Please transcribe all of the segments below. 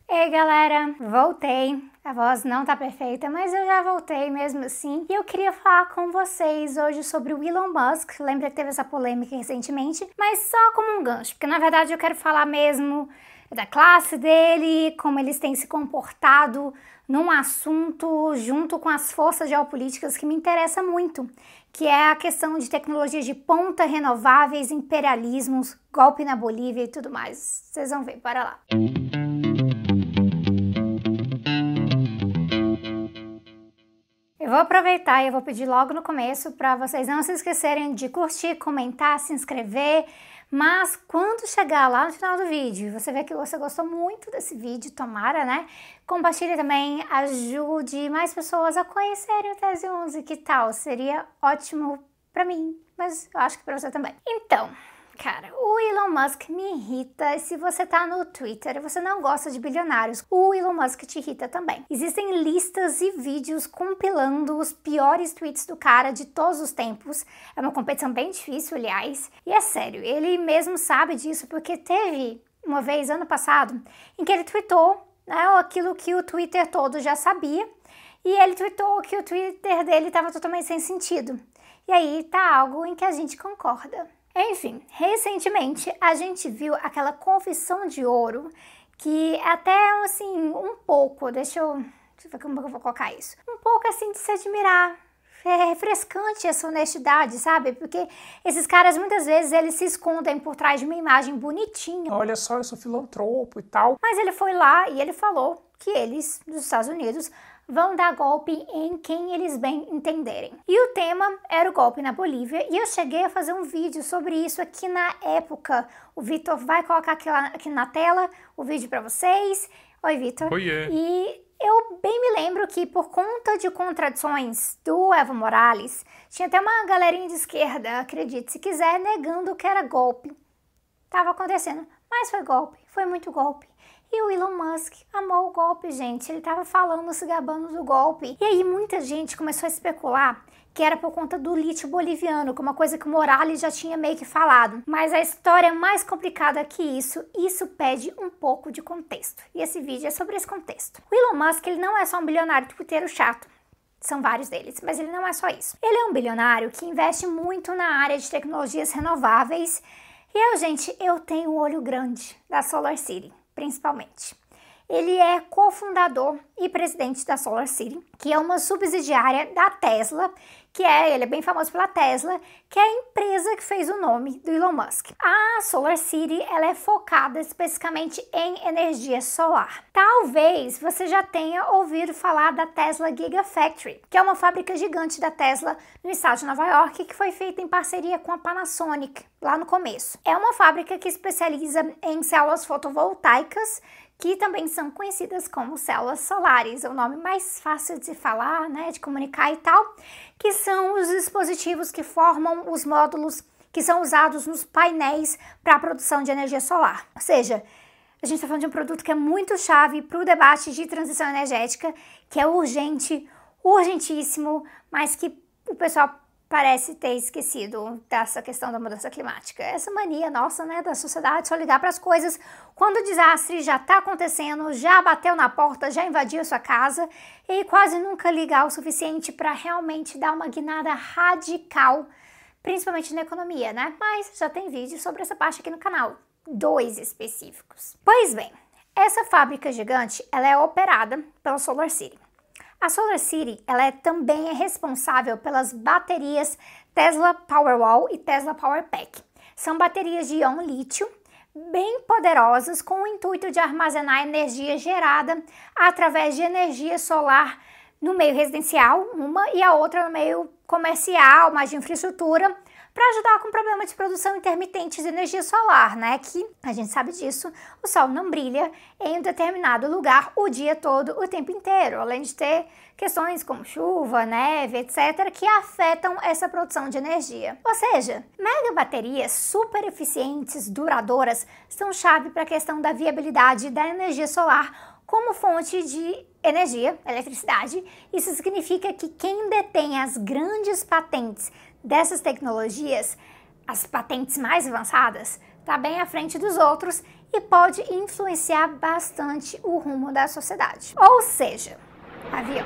Ei galera, voltei. A voz não tá perfeita, mas eu já voltei mesmo assim. E eu queria falar com vocês hoje sobre o Elon Musk. Lembra que teve essa polêmica recentemente? Mas só como um gancho, porque na verdade eu quero falar mesmo da classe dele, como eles têm se comportado num assunto junto com as forças geopolíticas que me interessa muito, que é a questão de tecnologias de ponta, renováveis, imperialismos, golpe na Bolívia e tudo mais. Vocês vão ver, bora lá. Eu vou aproveitar e eu vou pedir logo no começo para vocês não se esquecerem de curtir, comentar, se inscrever, mas quando chegar lá no final do vídeo, você vê que você gostou muito desse vídeo, tomara, né? Compartilhe também, ajude mais pessoas a conhecerem o Tese 11, que tal? Seria ótimo para mim, mas eu acho que para você também. Então, cara, o Elon Musk me irrita. E se você tá no Twitter e você não gosta de bilionários, o Elon Musk te irrita também. Existem listas e vídeos compilando os piores tweets do cara de todos os tempos. É uma competição bem difícil, aliás. E é sério, ele mesmo sabe disso, porque teve uma vez, ano passado, em que ele tweetou, né, aquilo que o Twitter todo já sabia. E ele tweetou que o Twitter dele estava totalmente sem sentido. E aí tá algo em que a gente concorda. Enfim, recentemente a gente viu aquela confissão de ouro que até assim, um pouco, deixa eu ver como eu vou colocar isso, um pouco assim de se admirar. É refrescante essa honestidade, sabe? Porque esses caras muitas vezes eles se escondem por trás de uma imagem bonitinha. Olha só, eu sou filantropo e tal. Mas ele foi lá e ele falou que eles, dos Estados Unidos, vão dar golpe em quem eles bem entenderem. E o tema era o golpe na Bolívia, e eu cheguei a fazer um vídeo sobre isso aqui na época. O Vitor vai colocar aqui na tela o vídeo para vocês. Oi, Vitor. Oiê. E eu bem me lembro que por conta de contradições do Evo Morales, tinha até uma galerinha de esquerda, acredite se quiser, negando que era golpe. Tava acontecendo, mas foi golpe, foi muito golpe. E o Elon Musk amou o golpe, gente. Ele tava falando, se gabando do golpe. E aí muita gente começou a especular que era por conta do lítio boliviano, que é uma coisa que o Morales já tinha meio que falado. Mas a história é mais complicada que isso pede um pouco de contexto. E esse vídeo é sobre esse contexto. O Elon Musk, ele não é só um bilionário twitteiro chato. São vários deles, mas ele não é só isso. Ele é um bilionário que investe muito na área de tecnologias renováveis. E eu tenho um olho grande da SolarCity, principalmente. Ele é cofundador e presidente da SolarCity, que é uma subsidiária da Tesla, ele é bem famoso pela Tesla, que é a empresa que fez o nome do Elon Musk. A SolarCity, ela é focada especificamente em energia solar. Talvez você já tenha ouvido falar da Tesla Gigafactory, que é uma fábrica gigante da Tesla no estado de Nova York, que foi feita em parceria com a Panasonic, lá no começo. É uma fábrica que especializa em células fotovoltaicas, que também são conhecidas como células solares, é o nome mais fácil de se falar, né, de comunicar e tal, que são os dispositivos que formam os módulos que são usados nos painéis para a produção de energia solar. Ou seja, a gente está falando de um produto que é muito chave para o debate de transição energética, que é urgente, urgentíssimo, mas que o pessoal parece ter esquecido dessa questão da mudança climática. Essa mania nossa, né, da sociedade, só ligar para as coisas quando o desastre já está acontecendo, já bateu na porta, já invadiu a sua casa, e quase nunca ligar o suficiente para realmente dar uma guinada radical, principalmente na economia, né? Mas já tem vídeo sobre essa parte aqui no canal, 2 específicos. Pois bem, essa fábrica gigante, ela é operada pela SolarCity. A SolarCity, ela também é responsável pelas baterias Tesla Powerwall e Tesla Powerpack. São baterias de íon lítio bem poderosas com o intuito de armazenar energia gerada através de energia solar no meio residencial, uma, e a outra no meio comercial, mais de infraestrutura, para ajudar com o problema de produção intermitente de energia solar, né? Que a gente sabe disso, o sol não brilha em um determinado lugar o dia todo, o tempo inteiro, além de ter questões como chuva, neve, etc., que afetam essa produção de energia. Ou seja, mega baterias super eficientes, duradouras, são chave para a questão da viabilidade da energia solar como fonte de energia, eletricidade. Isso significa que quem detém as grandes patentes dessas tecnologias, as patentes mais avançadas, está bem à frente dos outros e pode influenciar bastante o rumo da sociedade. Ou seja, avião.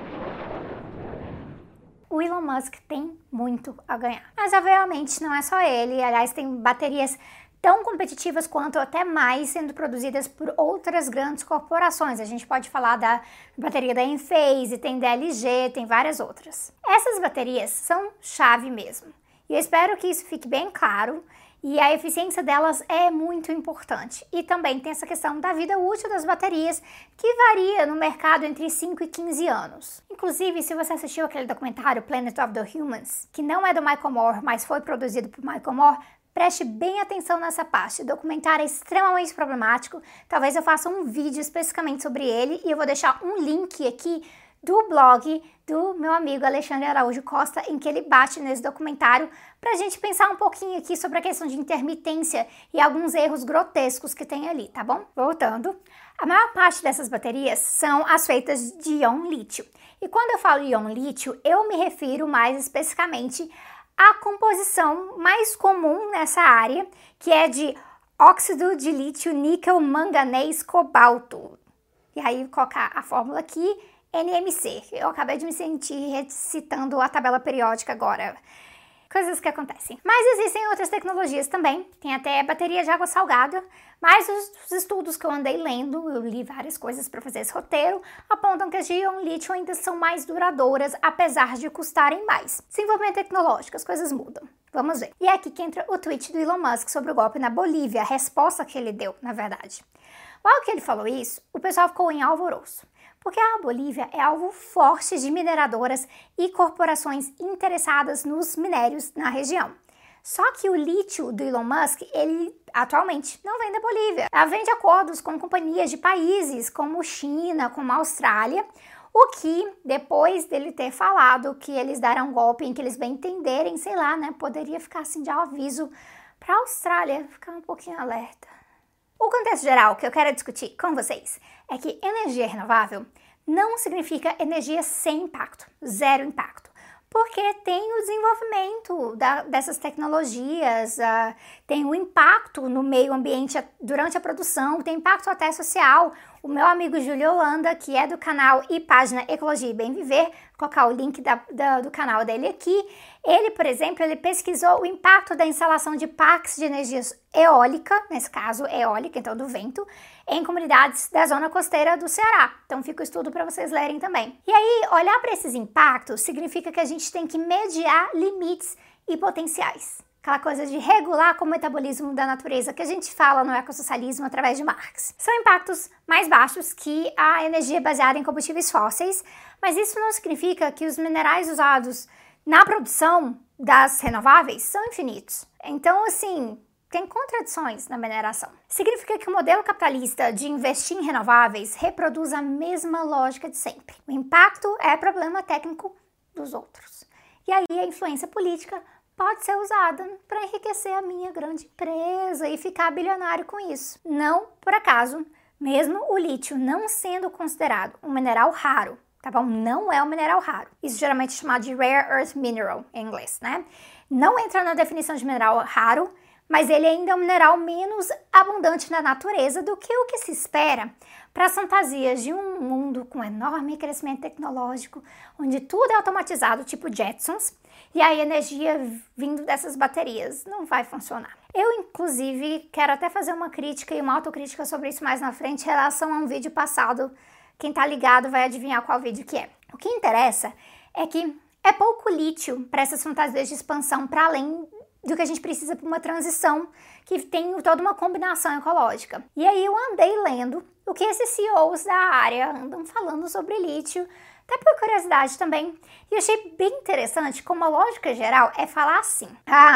O Elon Musk tem muito a ganhar. Mas, obviamente, não é só ele. Aliás, tem baterias tão competitivas quanto até mais sendo produzidas por outras grandes corporações. A gente pode falar da bateria da Enphase, tem da LG, tem várias outras. Essas baterias são chave mesmo. E eu espero que isso fique bem claro. E a eficiência delas é muito importante. E também tem essa questão da vida útil das baterias, que varia no mercado entre 5 e 15 anos. Inclusive, se você assistiu aquele documentário Planet of the Humans, que não é do Michael Moore, mas foi produzido por Michael Moore, preste bem atenção nessa parte. O documentário é extremamente problemático. Talvez eu faça um vídeo especificamente sobre ele e eu vou deixar um link aqui do blog do meu amigo Alexandre Araújo Costa, em que ele bate nesse documentário, para a gente pensar um pouquinho aqui sobre a questão de intermitência e alguns erros grotescos que tem ali, tá bom? Voltando, a maior parte dessas baterias são as feitas de íon lítio. E quando eu falo íon lítio, eu me refiro mais especificamente à composição mais comum nessa área, que é de óxido de lítio, níquel, manganês, cobalto. E aí, vou colocar a fórmula aqui, NMC. Eu acabei de me sentir recitando a tabela periódica agora. Coisas que acontecem. Mas existem outras tecnologias também. Tem até bateria de água salgada. Mas os estudos que eu andei lendo, eu li várias coisas para fazer esse roteiro, apontam que as de íon lítio ainda são mais duradouras, apesar de custarem mais. Desenvolvimento tecnológico, as coisas mudam. Vamos ver. E é aqui que entra o tweet do Elon Musk sobre o golpe na Bolívia, a resposta que ele deu, na verdade. Logo que ele falou isso, o pessoal ficou em alvoroço. Porque a Bolívia é alvo forte de mineradoras e corporações interessadas nos minérios na região. Só que o lítio do Elon Musk, ele atualmente não vem da Bolívia. Ela vem de acordos com companhias de países como China, como a Austrália, o que, depois dele ter falado que eles darão um golpe em que eles bem entenderem, sei lá, né, poderia ficar assim de aviso para a Austrália ficar um pouquinho alerta. O contexto geral que eu quero discutir com vocês é que energia renovável não significa energia sem impacto, zero impacto, porque tem o desenvolvimento dessas tecnologias, tem o impacto no meio ambiente durante a produção, tem impacto até social. O meu amigo Júlio Holanda, que é do canal e página Ecologia e Bem Viver, vou colocar o link do canal dele aqui, ele, por exemplo, ele pesquisou o impacto da instalação de parques de energia eólica, nesse caso eólica, então do vento, em comunidades da zona costeira do Ceará. Então fica o estudo para vocês lerem também. E aí, olhar para esses impactos significa que a gente tem que mediar limites e potenciais. Aquela coisa de regular com o metabolismo da natureza que a gente fala no ecossocialismo através de Marx. São impactos mais baixos que a energia baseada em combustíveis fósseis, mas isso não significa que os minerais usados na produção das renováveis são infinitos. Então, assim, tem contradições na mineração. Significa que o modelo capitalista de investir em renováveis reproduz a mesma lógica de sempre. O impacto é problema técnico dos outros. E aí a influência política pode ser usada para enriquecer a minha grande empresa e ficar bilionário com isso. Não por acaso, mesmo o lítio não sendo considerado um mineral raro, tá bom? Não é um mineral raro. Isso geralmente é chamado de Rare Earth Mineral em inglês, né? Não entra na definição de mineral raro, mas ele ainda é um mineral menos abundante na natureza do que o que se espera para as fantasias de um mundo com enorme crescimento tecnológico, onde tudo é automatizado, tipo Jetsons, e a energia vindo dessas baterias não vai funcionar. Eu, inclusive, quero até fazer uma crítica e uma autocrítica sobre isso mais na frente em relação a um vídeo passado. Quem tá ligado vai adivinhar qual vídeo que é. O que interessa é que é pouco lítio para essas fantasias de expansão, para além do que a gente precisa para uma transição que tem toda uma combinação ecológica. E aí eu andei lendo o que esses CEOs da área andam falando sobre lítio, até por curiosidade também, e eu achei bem interessante como a lógica geral é falar assim: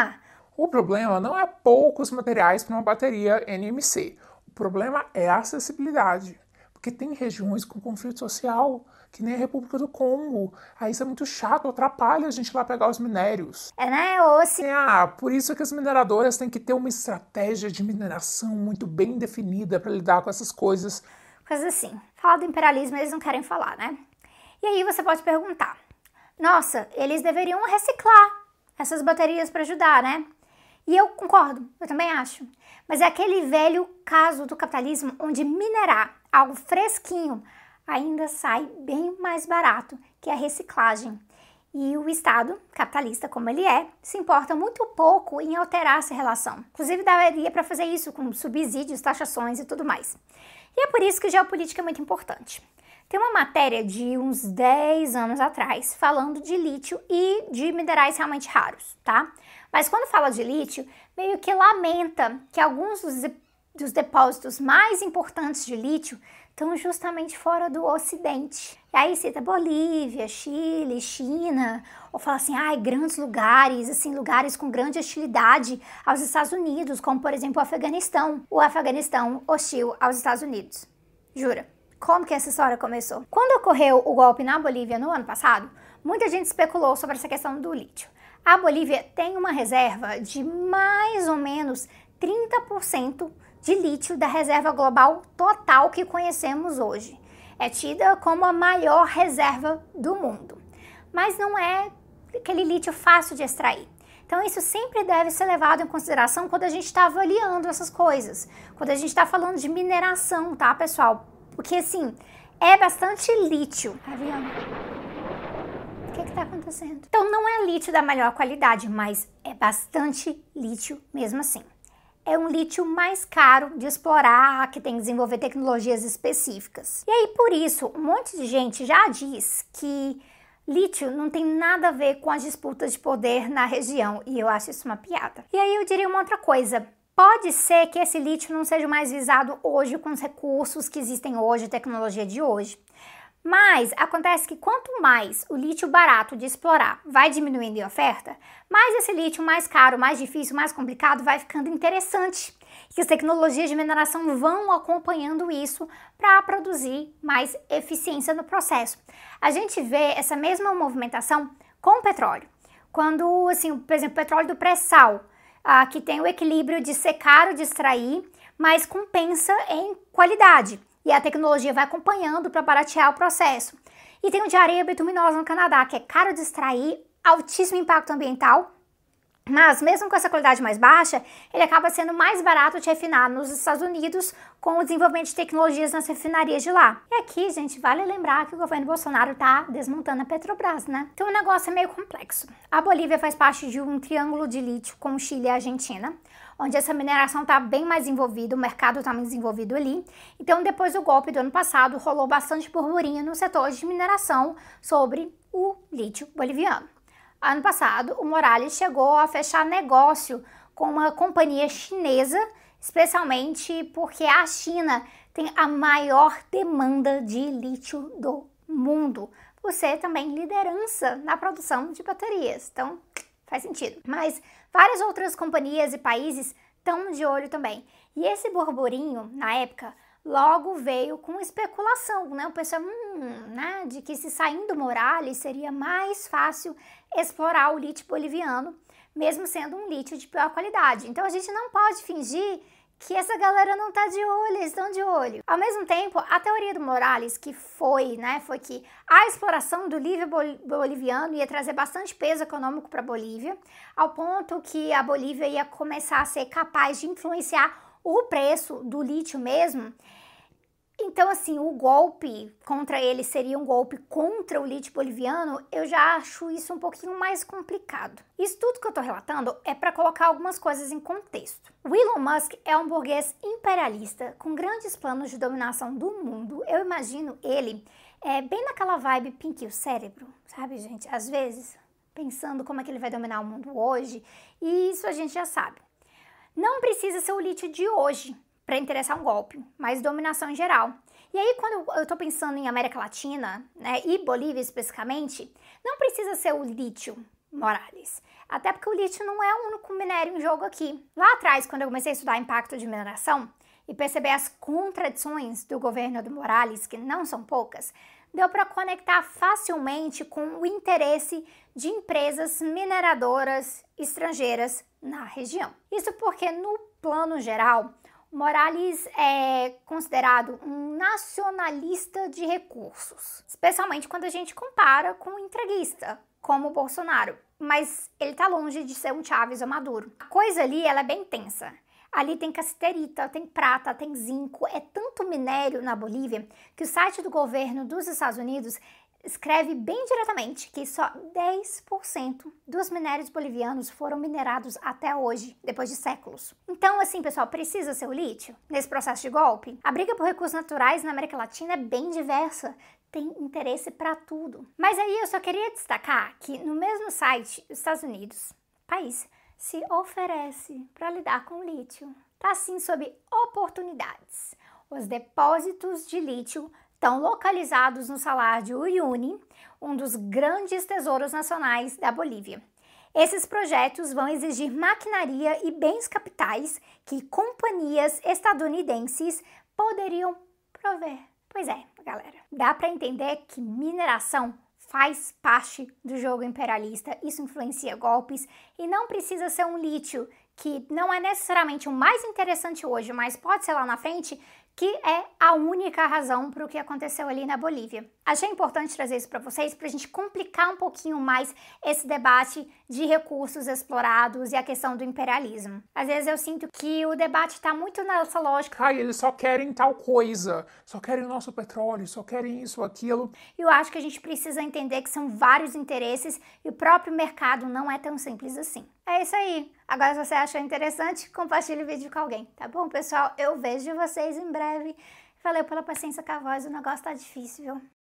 o problema não é poucos materiais para uma bateria NMC, o problema é a acessibilidade, porque tem regiões com conflito social, que nem a República do Congo. Aí isso é muito chato, atrapalha a gente lá pegar os minérios. Né? Ou se... por isso que as mineradoras têm que ter uma estratégia de mineração muito bem definida para lidar com essas coisas. Coisas assim. Falar do imperialismo eles não querem falar, né? E aí você pode perguntar: nossa, eles deveriam reciclar essas baterias para ajudar, né? E eu concordo, eu também acho. Mas é aquele velho caso do capitalismo onde minerar algo fresquinho ainda sai bem mais barato que a reciclagem. E o Estado, capitalista como ele é, se importa muito pouco em alterar essa relação. Inclusive, daria para fazer isso com subsídios, taxações e tudo mais. E é por isso que geopolítica é muito importante. Tem uma matéria de uns 10 anos atrás falando de lítio e de minerais realmente raros, tá? Mas quando fala de lítio, meio que lamenta que alguns dos depósitos mais importantes de lítio estão justamente fora do Ocidente. E aí cita Bolívia, Chile, China, ou fala assim, grandes lugares, assim, lugares com grande hostilidade aos Estados Unidos, como por exemplo o Afeganistão. O Afeganistão hostil aos Estados Unidos. Jura? Como que essa história começou? Quando ocorreu o golpe na Bolívia no ano passado, muita gente especulou sobre essa questão do lítio. A Bolívia tem uma reserva de mais ou menos 30% de lítio da reserva global total que conhecemos hoje. É tida como a maior reserva do mundo. Mas não é aquele lítio fácil de extrair. Então isso sempre deve ser levado em consideração quando a gente está avaliando essas coisas. Quando a gente está falando de mineração, tá, pessoal? Porque assim, é bastante lítio. Tá vendo? O que está acontecendo? Então não é lítio da melhor qualidade, mas é bastante lítio mesmo assim. É um lítio mais caro de explorar, que tem que desenvolver tecnologias específicas. E aí, por isso, um monte de gente já diz que lítio não tem nada a ver com as disputas de poder na região, e eu acho isso uma piada. E aí eu diria uma outra coisa. Pode ser que esse lítio não seja mais visado hoje com os recursos que existem hoje, tecnologia de hoje. Mas acontece que quanto mais o lítio barato de explorar vai diminuindo em oferta, mais esse lítio mais caro, mais difícil, mais complicado vai ficando interessante. E as tecnologias de mineração vão acompanhando isso para produzir mais eficiência no processo. A gente vê essa mesma movimentação com o petróleo. Quando, assim, por exemplo, o petróleo do pré-sal, que tem o equilíbrio de ser caro de extrair, mas compensa em qualidade. E a tecnologia vai acompanhando para baratear o processo. E tem o de areia bituminosa no Canadá, que é caro de extrair, altíssimo impacto ambiental, mas mesmo com essa qualidade mais baixa, ele acaba sendo mais barato de refinar nos Estados Unidos com o desenvolvimento de tecnologias nas refinarias de lá. E aqui, gente, vale lembrar que o governo Bolsonaro tá desmontando a Petrobras, né? Então o negócio é meio complexo. A Bolívia faz parte de um triângulo de lítio com o Chile e a Argentina, onde essa mineração está bem mais envolvida, o mercado está mais desenvolvido ali. Então, depois do golpe do ano passado, rolou bastante burburinho no setor de mineração sobre o lítio boliviano. Ano passado, o Morales chegou a fechar negócio com uma companhia chinesa, especialmente porque a China tem a maior demanda de lítio do mundo, por ser também liderança na produção de baterias. Então, faz sentido. Mas várias outras companhias e países estão de olho também. E esse burburinho, na época, logo veio com especulação, né? O pessoal, né? De que se saindo Morales seria mais fácil explorar o lítio boliviano, mesmo sendo um lítio de pior qualidade. Então a gente não pode fingir que essa galera não tá de olho, eles estão de olho. Ao mesmo tempo, a teoria do Morales, que foi que a exploração do lítio boliviano ia trazer bastante peso econômico para a Bolívia, ao ponto que a Bolívia ia começar a ser capaz de influenciar o preço do lítio mesmo. Então, assim, o golpe contra ele seria um golpe contra o lítio boliviano, eu já acho isso um pouquinho mais complicado. Isso tudo que eu tô relatando é para colocar algumas coisas em contexto. O Elon Musk é um burguês imperialista com grandes planos de dominação do mundo. Eu imagino ele bem naquela vibe Pinky o cérebro, sabe, gente? Às vezes, pensando como é que ele vai dominar o mundo hoje, e isso a gente já sabe. Não precisa ser o lítio de hoje para interessar um golpe, mas dominação em geral. E aí, quando eu tô pensando em América Latina, né, e Bolívia especificamente, não precisa ser o lítio Morales. Até porque o lítio não é o único minério em jogo aqui. Lá atrás, quando eu comecei a estudar impacto de mineração e perceber as contradições do governo do Morales, que não são poucas, deu para conectar facilmente com o interesse de empresas mineradoras estrangeiras na região. Isso porque, no plano geral, Morales é considerado um nacionalista de recursos, especialmente quando a gente compara com um entreguista, como o Bolsonaro. mas ele tá longe de ser um Chávez ou Maduro. A coisa ali, ela é bem tensa. Ali tem cassiterita, tem prata, tem zinco, é tanto minério na Bolívia que o site do governo dos Estados Unidos escreve bem diretamente que só 10% dos minérios bolivianos foram minerados até hoje, depois de séculos. Então, assim, pessoal, precisa ser o lítio nesse processo de golpe? A briga por recursos naturais na América Latina é bem diversa. Tem interesse para tudo. Mas aí eu só queria destacar que no mesmo site, os Estados Unidos, país, se oferece para lidar com o lítio. Tá assim sob oportunidades. Os depósitos de lítio estão localizados no Salar de Uyuni, um dos grandes tesouros nacionais da Bolívia. Esses projetos vão exigir maquinaria e bens capitais que companhias estadunidenses poderiam prover. Pois é, galera, dá para entender que mineração faz parte do jogo imperialista, isso influencia golpes e não precisa ser um lítio que não é necessariamente o mais interessante hoje, mas pode ser lá na frente, que é a única razão para o que aconteceu ali na Bolívia. Achei importante trazer isso para vocês, para a gente complicar um pouquinho mais esse debate de recursos explorados e a questão do imperialismo. Às vezes eu sinto que o debate está muito nessa lógica. Ai, eles só querem tal coisa, só querem o nosso petróleo, só querem isso, aquilo. E eu acho que a gente precisa entender que são vários interesses e o próprio mercado não é tão simples assim. É isso aí. Agora, se você achou interessante, compartilhe o vídeo com alguém, tá bom, pessoal? Eu vejo vocês em breve. Valeu pela paciência com a voz, o negócio tá difícil, viu?